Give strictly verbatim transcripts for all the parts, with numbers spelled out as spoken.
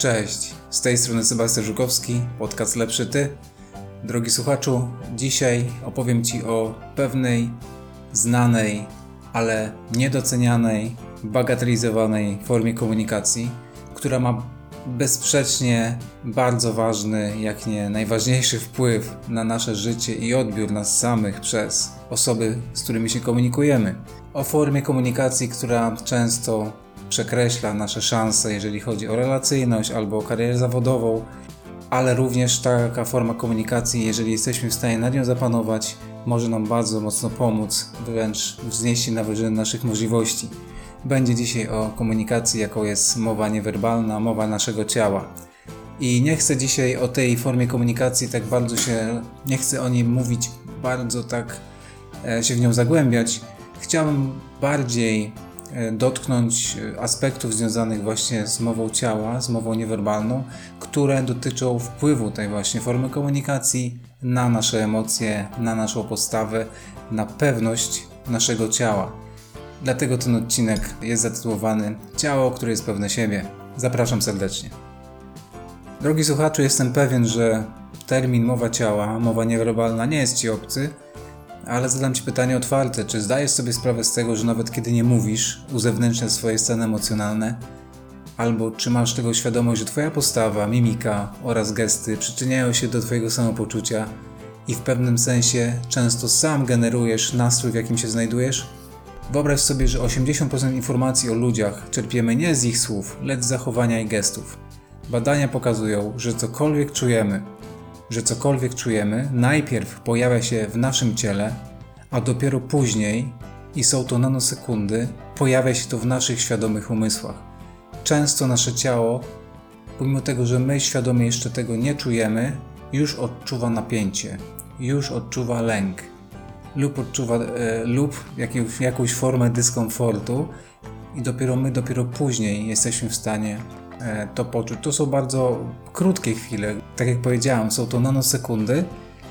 Cześć, z tej strony Sebastian Żukowski, podcast Lepszy Ty. Drogi słuchaczu, dzisiaj opowiem Ci o pewnej, znanej, ale niedocenianej, bagatelizowanej formie komunikacji, która ma bezsprzecznie bardzo ważny, jak nie najważniejszy wpływ na nasze życie i odbiór nas samych przez osoby, z którymi się komunikujemy. O formie komunikacji, która często przekreśla nasze szanse, jeżeli chodzi o relacyjność albo o karierę zawodową, ale również taka forma komunikacji, jeżeli jesteśmy w stanie nad nią zapanować, może nam bardzo mocno pomóc, wręcz wznieść się na wyżyny naszych możliwości. Będzie dzisiaj o komunikacji, jaką jest mowa niewerbalna, mowa naszego ciała. I nie chcę dzisiaj o tej formie komunikacji tak bardzo się, nie chcę o niej mówić, bardzo tak e, się w nią zagłębiać. Chciałbym bardziej e, dotknąć aspektów związanych właśnie z mową ciała, z mową niewerbalną, które dotyczą wpływu tej właśnie formy komunikacji na nasze emocje, na naszą postawę, na pewność naszego ciała. Dlatego ten odcinek jest zatytułowany Ciało, które jest pewne siebie. Zapraszam serdecznie. Drogi słuchaczu, jestem pewien, że termin mowa ciała, mowa niewerbalna nie jest Ci obcy, ale zadam Ci pytanie otwarte. Czy zdajesz sobie sprawę z tego, że nawet kiedy nie mówisz, uzewnętrzniasz swoje stany emocjonalne? Albo czy masz tego świadomość, że Twoja postawa, mimika oraz gesty przyczyniają się do Twojego samopoczucia i w pewnym sensie często sam generujesz nastrój, w jakim się znajdujesz? Wyobraź sobie, że osiemdziesiąt procent informacji o ludziach czerpiemy nie z ich słów, lecz z zachowania i gestów. Badania pokazują, że cokolwiek czujemy, że cokolwiek czujemy, najpierw pojawia się w naszym ciele, a dopiero później, i są to nanosekundy, pojawia się to w naszych świadomych umysłach. Często nasze ciało, pomimo tego, że my świadomie jeszcze tego nie czujemy, już odczuwa napięcie, już odczuwa lęk. lub odczuwa e, lub jakąś, jakąś formę dyskomfortu i dopiero my, dopiero później jesteśmy w stanie e, to poczuć. To są bardzo krótkie chwile, tak jak powiedziałem, są to nanosekundy,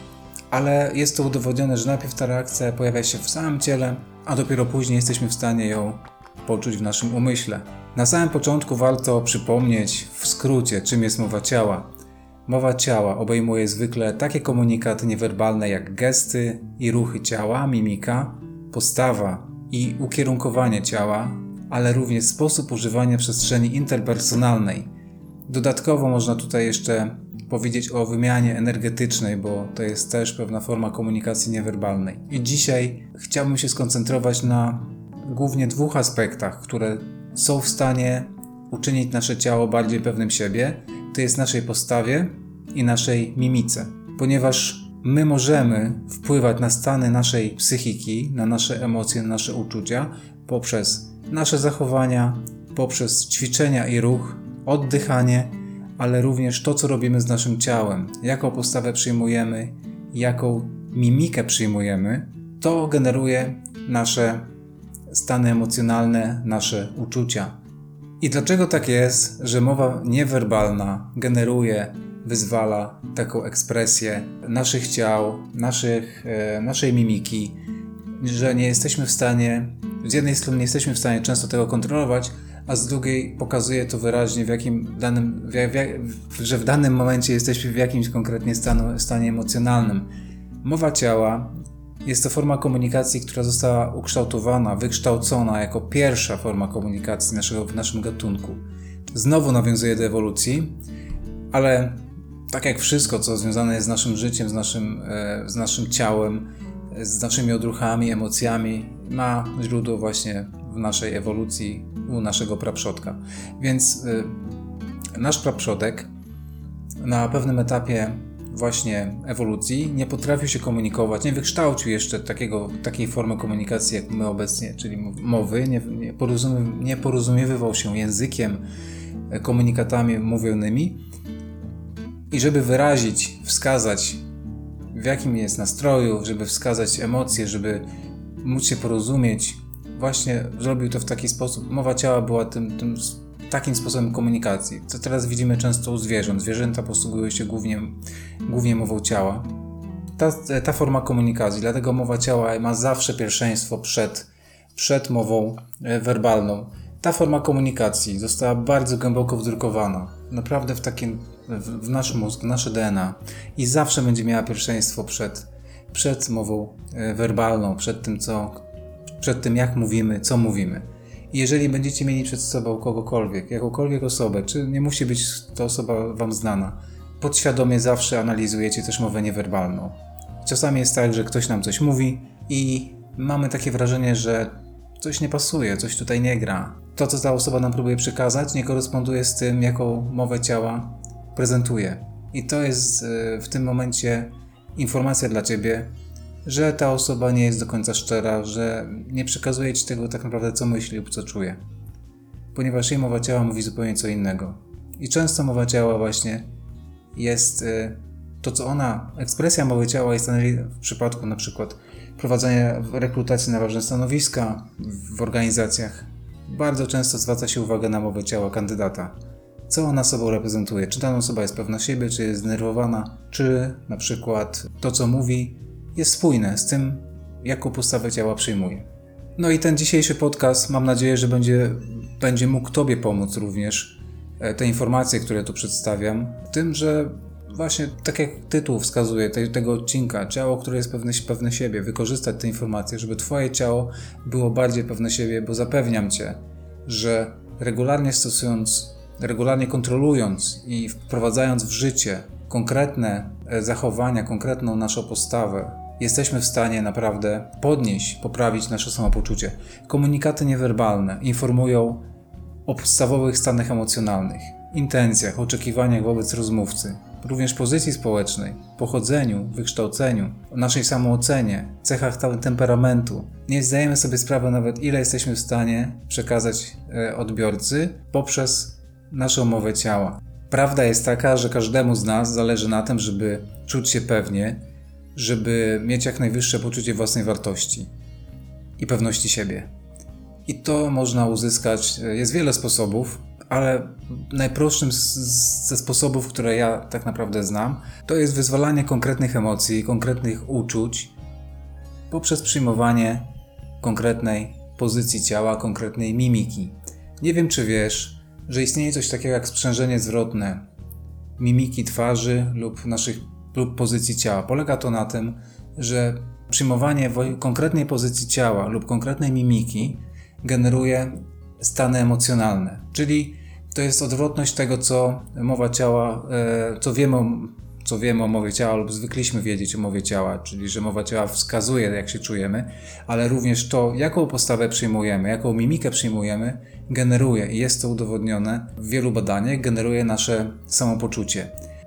ale jest to udowodnione, że najpierw ta reakcja pojawia się w samym ciele, a dopiero później jesteśmy w stanie ją poczuć w naszym umyśle. Na samym początku warto przypomnieć w skrócie, czym jest mowa ciała. Mowa ciała obejmuje zwykle takie komunikaty niewerbalne jak gesty i ruchy ciała, mimika, postawa i ukierunkowanie ciała, ale również sposób używania przestrzeni interpersonalnej. Dodatkowo można tutaj jeszcze powiedzieć o wymianie energetycznej, bo to jest też pewna forma komunikacji niewerbalnej. I dzisiaj chciałbym się skoncentrować na głównie dwóch aspektach, które są w stanie uczynić nasze ciało bardziej pewnym siebie. To jest naszej postawie i naszej mimice. Ponieważ my możemy wpływać na stany naszej psychiki, na nasze emocje, na nasze uczucia poprzez nasze zachowania, poprzez ćwiczenia i ruch, oddychanie, ale również to, co robimy z naszym ciałem, jaką postawę przyjmujemy, jaką mimikę przyjmujemy, to generuje nasze stany emocjonalne, nasze uczucia. I dlaczego tak jest, że mowa niewerbalna generuje, wyzwala taką ekspresję naszych ciał, naszych, e, naszej mimiki, że nie jesteśmy w stanie, z jednej strony nie jesteśmy w stanie często tego kontrolować, a z drugiej pokazuje to wyraźnie, w jakim danym, w, w, że w danym momencie jesteśmy w jakimś konkretnie stanu, stanie emocjonalnym. Mowa ciała jest to forma komunikacji, która została ukształtowana, wykształcona jako pierwsza forma komunikacji naszego, w naszym gatunku. Znowu nawiązuje do ewolucji, ale tak jak wszystko, co związane jest z naszym życiem, z naszym, e, z naszym ciałem, z naszymi odruchami, emocjami, ma źródło właśnie w naszej ewolucji u naszego praprzodka. Więc e, nasz praprzodek na pewnym etapie właśnie ewolucji nie potrafił się komunikować, nie wykształcił jeszcze takiego, takiej formy komunikacji jak my obecnie, czyli mowy, nie, nie, porozumie, nie porozumiewał się językiem, komunikatami mówionymi i żeby wyrazić, wskazać w jakim jest nastroju, żeby wskazać emocje, żeby móc się porozumieć, właśnie zrobił to w taki sposób. Mowa ciała była tym, tym takim sposobem komunikacji, co teraz widzimy często u zwierząt. Zwierzęta posługują się głównie, głównie mową ciała. Ta, ta forma komunikacji, dlatego mowa ciała ma zawsze pierwszeństwo przed, przed mową werbalną. Ta forma komunikacji została bardzo głęboko wdrukowana, naprawdę w takim, w, w nasz mózg, w nasze D N A i zawsze będzie miała pierwszeństwo przed, przed mową e, werbalną, przed tym, co, przed tym, jak mówimy, co mówimy. I jeżeli będziecie mieli przed sobą kogokolwiek, jakąkolwiek osobę, czy nie musi być to osoba wam znana, podświadomie zawsze analizujecie też mowę niewerbalną. Czasami jest tak, że ktoś nam coś mówi i mamy takie wrażenie, że coś nie pasuje, coś tutaj nie gra. To, co ta osoba nam próbuje przekazać, nie koresponduje z tym, jaką mowę ciała prezentuje. I to jest w tym momencie informacja dla ciebie, że ta osoba nie jest do końca szczera, że nie przekazuje ci tego tak naprawdę, co myśli lub co czuje. Ponieważ jej mowa ciała mówi zupełnie co innego. I często mowa ciała właśnie jest to, co ona, ekspresja mowy ciała jest w przypadku na przykład prowadzenia rekrutacji na ważne stanowiska w organizacjach. Bardzo często zwraca się uwagę na mowę ciała kandydata. Co ona sobą reprezentuje? Czy dana osoba jest pewna siebie, czy jest zdenerwowana, czy na przykład to, co mówi, jest spójne z tym, jaką postawę ciała przyjmuje. No i ten dzisiejszy podcast, mam nadzieję, że będzie, będzie mógł Tobie pomóc również te informacje, które tu przedstawiam, w tym, że właśnie tak jak tytuł wskazuje te, tego odcinka, ciało, które jest pewne, pewne siebie, wykorzystać te informacje, żeby Twoje ciało było bardziej pewne siebie, bo zapewniam Cię, że regularnie stosując, regularnie kontrolując i wprowadzając w życie konkretne zachowania, konkretną naszą postawę, jesteśmy w stanie naprawdę podnieść, poprawić nasze samopoczucie. Komunikaty niewerbalne informują o podstawowych stanach emocjonalnych, intencjach, oczekiwaniach wobec rozmówcy, również pozycji społecznej, pochodzeniu, wykształceniu, o naszej samoocenie, cechach temperamentu. Nie zdajemy sobie sprawy nawet, ile jesteśmy w stanie przekazać odbiorcy poprzez naszą mowę ciała. Prawda jest taka, że każdemu z nas zależy na tym, żeby czuć się pewnie, żeby mieć jak najwyższe poczucie własnej wartości i pewności siebie. I to można uzyskać, jest wiele sposobów, ale najprostszym ze sposobów, które ja tak naprawdę znam, to jest wyzwalanie konkretnych emocji, konkretnych uczuć poprzez przyjmowanie konkretnej pozycji ciała, konkretnej mimiki. Nie wiem, czy wiesz, że istnieje coś takiego jak sprzężenie zwrotne mimiki twarzy lub naszych lub pozycji ciała. Polega to na tym, że przyjmowanie konkretnej pozycji ciała lub konkretnej mimiki generuje stany emocjonalne, czyli to jest odwrotność tego, co mowa ciała, co wiemy, co wiemy o mowie ciała lub zwykliśmy wiedzieć o mowie ciała, czyli że mowa ciała wskazuje, jak się czujemy, ale również to, jaką postawę przyjmujemy, jaką mimikę przyjmujemy, generuje i jest to udowodnione w wielu badaniach, generuje nasze samopoczucie.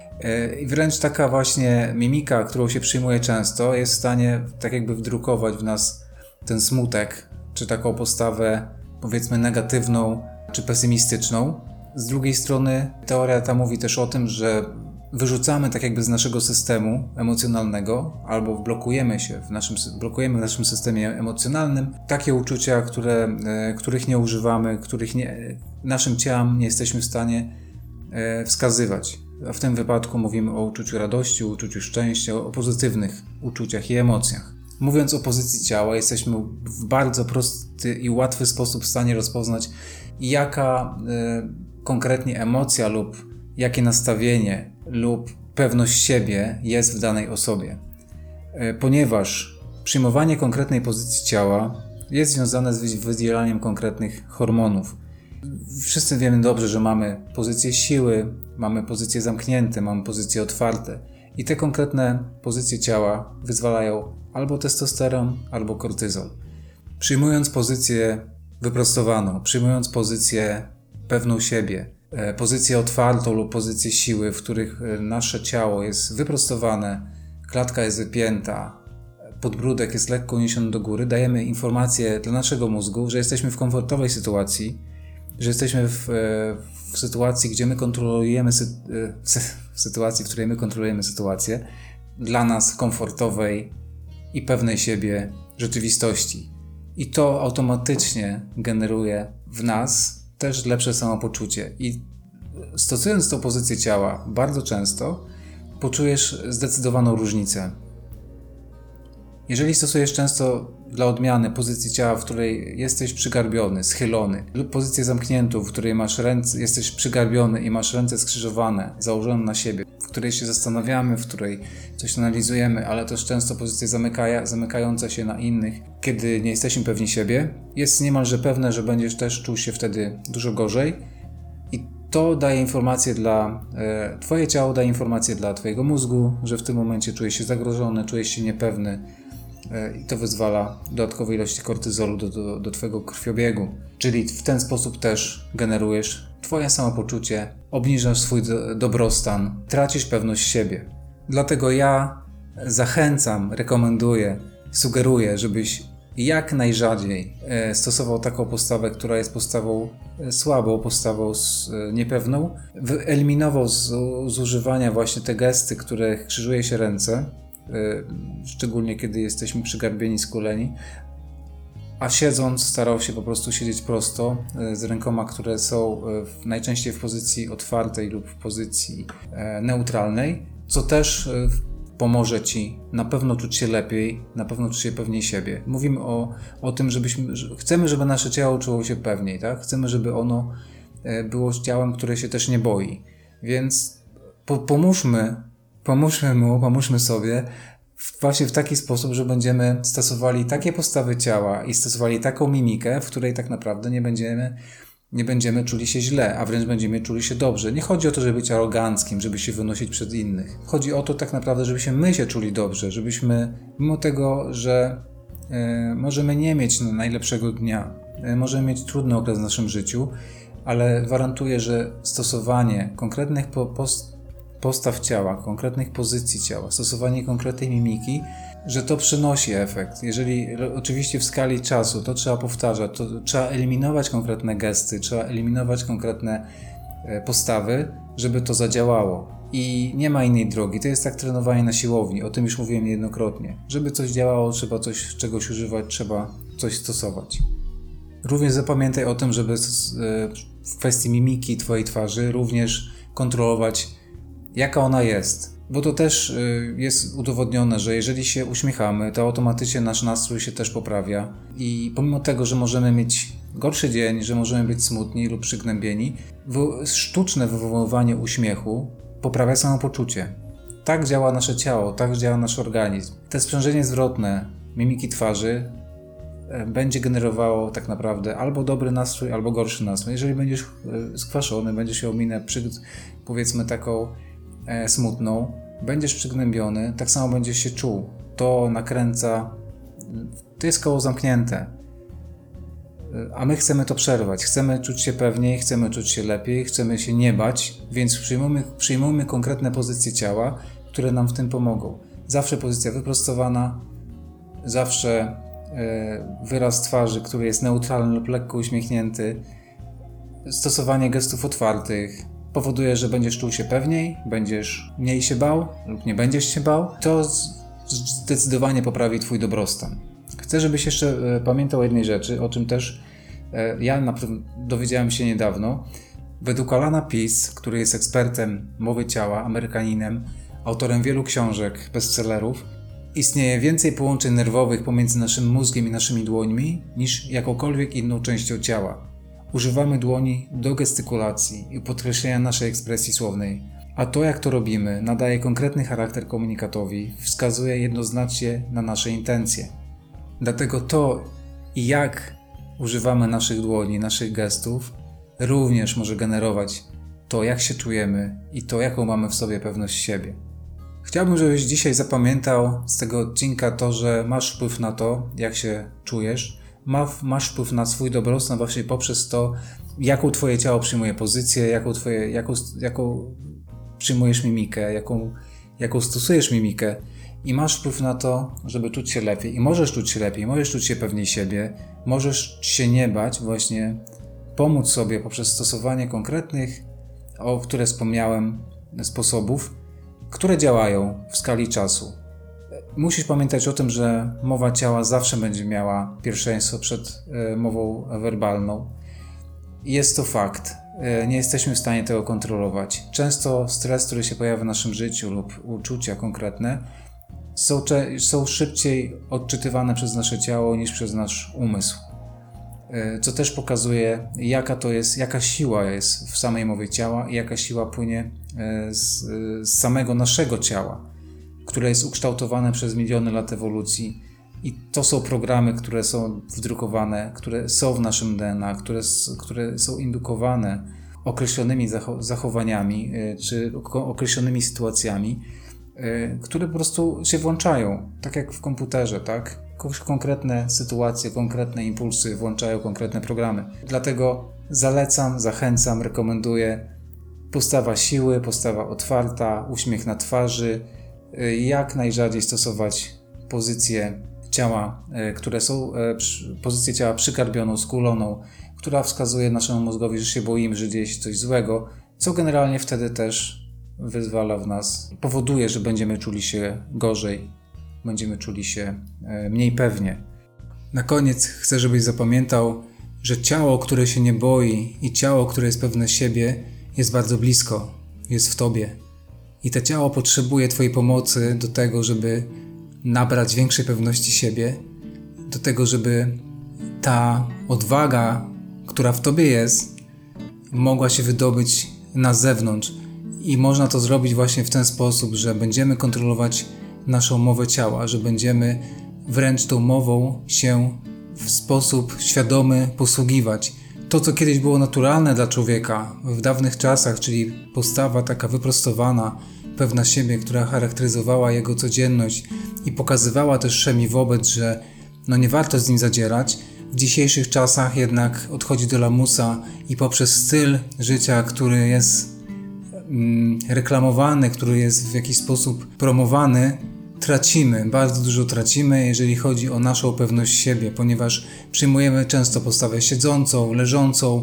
I wręcz taka właśnie mimika, którą się przyjmuje często, jest w stanie tak jakby wdrukować w nas ten smutek, czy taką postawę powiedzmy negatywną, czy pesymistyczną. Z drugiej strony teoria ta mówi też o tym, że wyrzucamy tak jakby z naszego systemu emocjonalnego albo blokujemy się w naszym, blokujemy w naszym systemie emocjonalnym takie uczucia, które, których nie używamy, których nie, naszym ciałem nie jesteśmy w stanie wskazywać. A w tym wypadku mówimy o uczuciu radości, o uczuciu szczęścia, o pozytywnych uczuciach i emocjach. Mówiąc o pozycji ciała, jesteśmy w bardzo prosty i łatwy sposób w stanie rozpoznać, jaka y, konkretnie emocja lub jakie nastawienie lub pewność siebie jest w danej osobie. Y, ponieważ przyjmowanie konkretnej pozycji ciała jest związane z wydzielaniem konkretnych hormonów. Wszyscy wiemy dobrze, że mamy pozycje siły, mamy pozycje zamknięte, mamy pozycje otwarte i te konkretne pozycje ciała wyzwalają albo testosteron, albo kortyzol. Przyjmując pozycję wyprostowaną, przyjmując pozycję pewną siebie, pozycję otwartą lub pozycję siły, w których nasze ciało jest wyprostowane, klatka jest wypięta, podbródek jest lekko uniesiony do góry, dajemy informację dla naszego mózgu, że jesteśmy w komfortowej sytuacji, że jesteśmy w, w sytuacji, gdzie my kontrolujemy, w sytuacji, w której my kontrolujemy sytuację, dla nas komfortowej i pewnej siebie rzeczywistości. I to automatycznie generuje w nas też lepsze samopoczucie. I stosując tą pozycję ciała bardzo często, poczujesz zdecydowaną różnicę. Jeżeli stosujesz często dla odmiany pozycji ciała, w której jesteś przygarbiony, schylony, lub pozycję zamkniętą, w której masz ręce, jesteś przygarbiony i masz ręce skrzyżowane, założone na siebie, w której się zastanawiamy, w której coś analizujemy, ale też często pozycje zamykaja, zamykające się na innych, kiedy nie jesteśmy pewni siebie, jest niemalże pewne, że będziesz też czuł się wtedy dużo gorzej i to daje informację dla, e, twoje ciało daje informację dla twojego mózgu, że w tym momencie czujesz się zagrożony, czujesz się niepewny e, i to wyzwala dodatkowe ilości kortyzolu do, do, do twojego krwiobiegu. Czyli w ten sposób też generujesz twoje samopoczucie, obniżasz swój do, dobrostan, tracisz pewność siebie. Dlatego ja zachęcam, rekomenduję, sugeruję, żebyś jak najrzadziej e, stosował taką postawę, która jest postawą e, słabą, postawą z, e, niepewną. Wyeliminował z, z używania właśnie te gesty, które krzyżuje się ręce, e, szczególnie kiedy jesteśmy przygarbieni, skuleni, a siedząc starał się po prostu siedzieć prosto, e, z rękoma, które są e, w, najczęściej w pozycji otwartej lub w pozycji e, neutralnej, co też e, pomoże Ci na pewno czuć się lepiej, na pewno czuć się pewniej siebie. Mówimy o, o tym, żebyśmy, że chcemy, żeby nasze ciało czuło się pewniej, tak? Chcemy, żeby ono było ciałem, które się też nie boi. Więc po, pomóżmy, pomóżmy mu, pomóżmy sobie w, właśnie w taki sposób, że będziemy stosowali takie postawy ciała i stosowali taką mimikę, w której tak naprawdę nie będziemy nie będziemy czuli się źle, a wręcz będziemy czuli się dobrze. Nie chodzi o to, żeby być aroganckim, żeby się wynosić przed innych. Chodzi o to tak naprawdę, żebyśmy my się czuli dobrze, żebyśmy mimo tego, że e, możemy nie mieć najlepszego dnia, e, możemy mieć trudny okres w naszym życiu, ale gwarantuję, że stosowanie konkretnych po, post, postaw ciała, konkretnych pozycji ciała, stosowanie konkretnej mimiki, że to przynosi efekt. Jeżeli oczywiście w skali czasu to trzeba powtarzać, to trzeba eliminować konkretne gesty, trzeba eliminować konkretne postawy, żeby to zadziałało. I nie ma innej drogi. To jest tak trenowanie na siłowni. O tym już mówiłem niejednokrotnie. Żeby coś działało, trzeba coś, czegoś używać, trzeba coś stosować. Również zapamiętaj o tym, żeby w kwestii mimiki twojej twarzy również kontrolować, jaka ona jest. Bo to też jest udowodnione, że jeżeli się uśmiechamy, to automatycznie nasz nastrój się też poprawia. I pomimo tego, że możemy mieć gorszy dzień, że możemy być smutni lub przygnębieni, sztuczne wywoływanie uśmiechu poprawia samopoczucie. Tak działa nasze ciało, tak działa nasz organizm. Te sprzężenie zwrotne mimiki twarzy będzie generowało tak naprawdę albo dobry nastrój, albo gorszy nastrój. Jeżeli będziesz skwaszony, będziesz miał minę, przy, powiedzmy taką e, smutną, będziesz przygnębiony, tak samo będziesz się czuł. To nakręca, to jest koło zamknięte. A my chcemy to przerwać, chcemy czuć się pewniej, chcemy czuć się lepiej, chcemy się nie bać, więc przyjmujmy, przyjmujmy konkretne pozycje ciała, które nam w tym pomogą. Zawsze pozycja wyprostowana, zawsze wyraz twarzy, który jest neutralny lub lekko uśmiechnięty, stosowanie gestów otwartych powoduje, że będziesz czuł się pewniej, będziesz mniej się bał lub nie będziesz się bał. To zdecydowanie poprawi twój dobrostan. Chcę, żebyś jeszcze pamiętał o jednej rzeczy, o czym też ja naprawdę dowiedziałem się niedawno. Według Alana Pease, który jest ekspertem mowy ciała, Amerykaninem, autorem wielu książek, bestsellerów, istnieje więcej połączeń nerwowych pomiędzy naszym mózgiem i naszymi dłońmi niż jakąkolwiek inną częścią ciała. Używamy dłoni do gestykulacji i podkreślenia naszej ekspresji słownej, a to, jak to robimy, nadaje konkretny charakter komunikatowi, wskazuje jednoznacznie na nasze intencje. Dlatego to, jak używamy naszych dłoni, naszych gestów, również może generować to, jak się czujemy i to, jaką mamy w sobie pewność siebie. Chciałbym, żebyś dzisiaj zapamiętał z tego odcinka to, że masz wpływ na to, jak się czujesz, masz wpływ na swój dobrostan właśnie poprzez to, jaką twoje ciało przyjmuje pozycję, jaką, twoje, jaką, jaką przyjmujesz mimikę, jaką, jaką stosujesz mimikę i masz wpływ na to, żeby czuć się lepiej. I możesz czuć się lepiej, możesz czuć się pewniej siebie, możesz się nie bać, właśnie pomóc sobie poprzez stosowanie konkretnych, o które wspomniałem, sposobów, które działają w skali czasu. Musisz pamiętać o tym, że mowa ciała zawsze będzie miała pierwszeństwo przed e, mową werbalną. Jest to fakt. E, nie jesteśmy w stanie tego kontrolować. Często stres, który się pojawia w naszym życiu lub uczucia konkretne są, są szybciej odczytywane przez nasze ciało niż przez nasz umysł. Co też pokazuje, jaka to jest, jaka siła jest w samej mowie ciała i jaka siła płynie z, z samego naszego ciała, które jest ukształtowane przez miliony lat ewolucji. I to są programy, które są wdrukowane, które są w naszym D N A, które, które są indukowane określonymi zachowaniami czy określonymi sytuacjami, które po prostu się włączają, tak jak w komputerze, tak? Konkretne sytuacje, konkretne impulsy włączają konkretne programy. Dlatego zalecam, zachęcam, rekomenduję postawa siły, postawa otwarta, uśmiech na twarzy, jak najrzadziej stosować pozycje ciała, które są pozycję ciała przykarbioną, skuloną, która wskazuje naszemu mózgowi, że się boimy, że dzieje się coś złego, co generalnie wtedy też wyzwala w nas, powoduje, że będziemy czuli się gorzej, będziemy czuli się mniej pewnie. Na koniec chcę, żebyś zapamiętał, że ciało, które się nie boi i ciało, które jest pewne siebie, jest bardzo blisko, jest w tobie. I to ciało potrzebuje twojej pomocy do tego, żeby nabrać większej pewności siebie, do tego, żeby ta odwaga, która w tobie jest, mogła się wydobyć na zewnątrz. I można to zrobić właśnie w ten sposób, że będziemy kontrolować naszą mowę ciała, że będziemy wręcz tą mową się w sposób świadomy posługiwać. To, co kiedyś było naturalne dla człowieka w dawnych czasach, czyli postawa taka wyprostowana, pewna siebie, która charakteryzowała jego codzienność i pokazywała też wszemi wobec, że no nie warto z nim zadzierać. W dzisiejszych czasach jednak odchodzi do lamusa i poprzez styl życia, który jest mm, reklamowany, który jest w jakiś sposób promowany, tracimy, bardzo dużo tracimy, jeżeli chodzi o naszą pewność siebie, ponieważ przyjmujemy często postawę siedzącą, leżącą,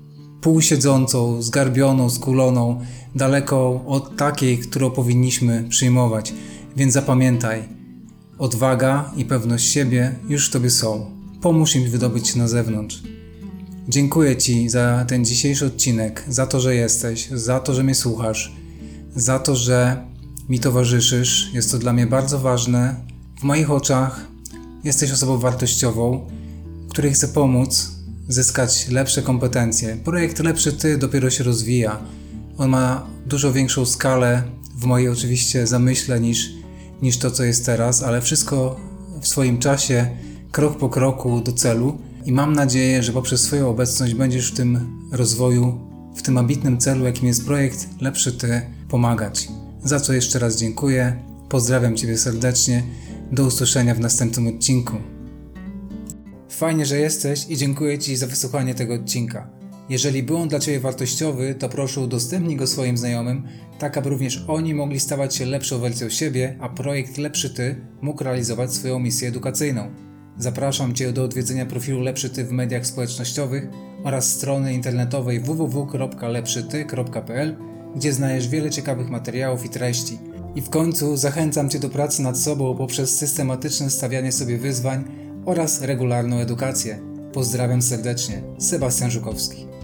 półsiedzącą, zgarbioną, skuloną, daleko od takiej, którą powinniśmy przyjmować. Więc zapamiętaj, odwaga i pewność siebie już w tobie są. Pomóż im wydobyć się na zewnątrz. Dziękuję ci za ten dzisiejszy odcinek, za to, że jesteś, za to, że mnie słuchasz, za to, że mi towarzyszysz. Jest to dla mnie bardzo ważne. W moich oczach jesteś osobą wartościową, której chcę pomóc zyskać lepsze kompetencje. Projekt Lepszy Ty dopiero się rozwija. On ma dużo większą skalę w mojej oczywiście zamyśle niż, niż to, co jest teraz, ale wszystko w swoim czasie, krok po kroku do celu i mam nadzieję, że poprzez swoją obecność będziesz w tym rozwoju, w tym ambitnym celu, jakim jest projekt Lepszy Ty, pomagać. Za co jeszcze raz dziękuję. Pozdrawiam Ciebie serdecznie. Do usłyszenia w następnym odcinku. Fajnie, że jesteś i dziękuję Ci za wysłuchanie tego odcinka. Jeżeli był on dla Ciebie wartościowy, to proszę udostępnij go swoim znajomym, tak aby również oni mogli stawać się lepszą wersją siebie, a projekt Lepszy Ty mógł realizować swoją misję edukacyjną. Zapraszam Cię do odwiedzenia profilu Lepszy Ty w mediach społecznościowych oraz strony internetowej w w w kropka lepszy ty kropka p l, gdzie znajdziesz wiele ciekawych materiałów i treści. I w końcu zachęcam Cię do pracy nad sobą poprzez systematyczne stawianie sobie wyzwań oraz regularną edukację. Pozdrawiam serdecznie, Sebastian Żukowski.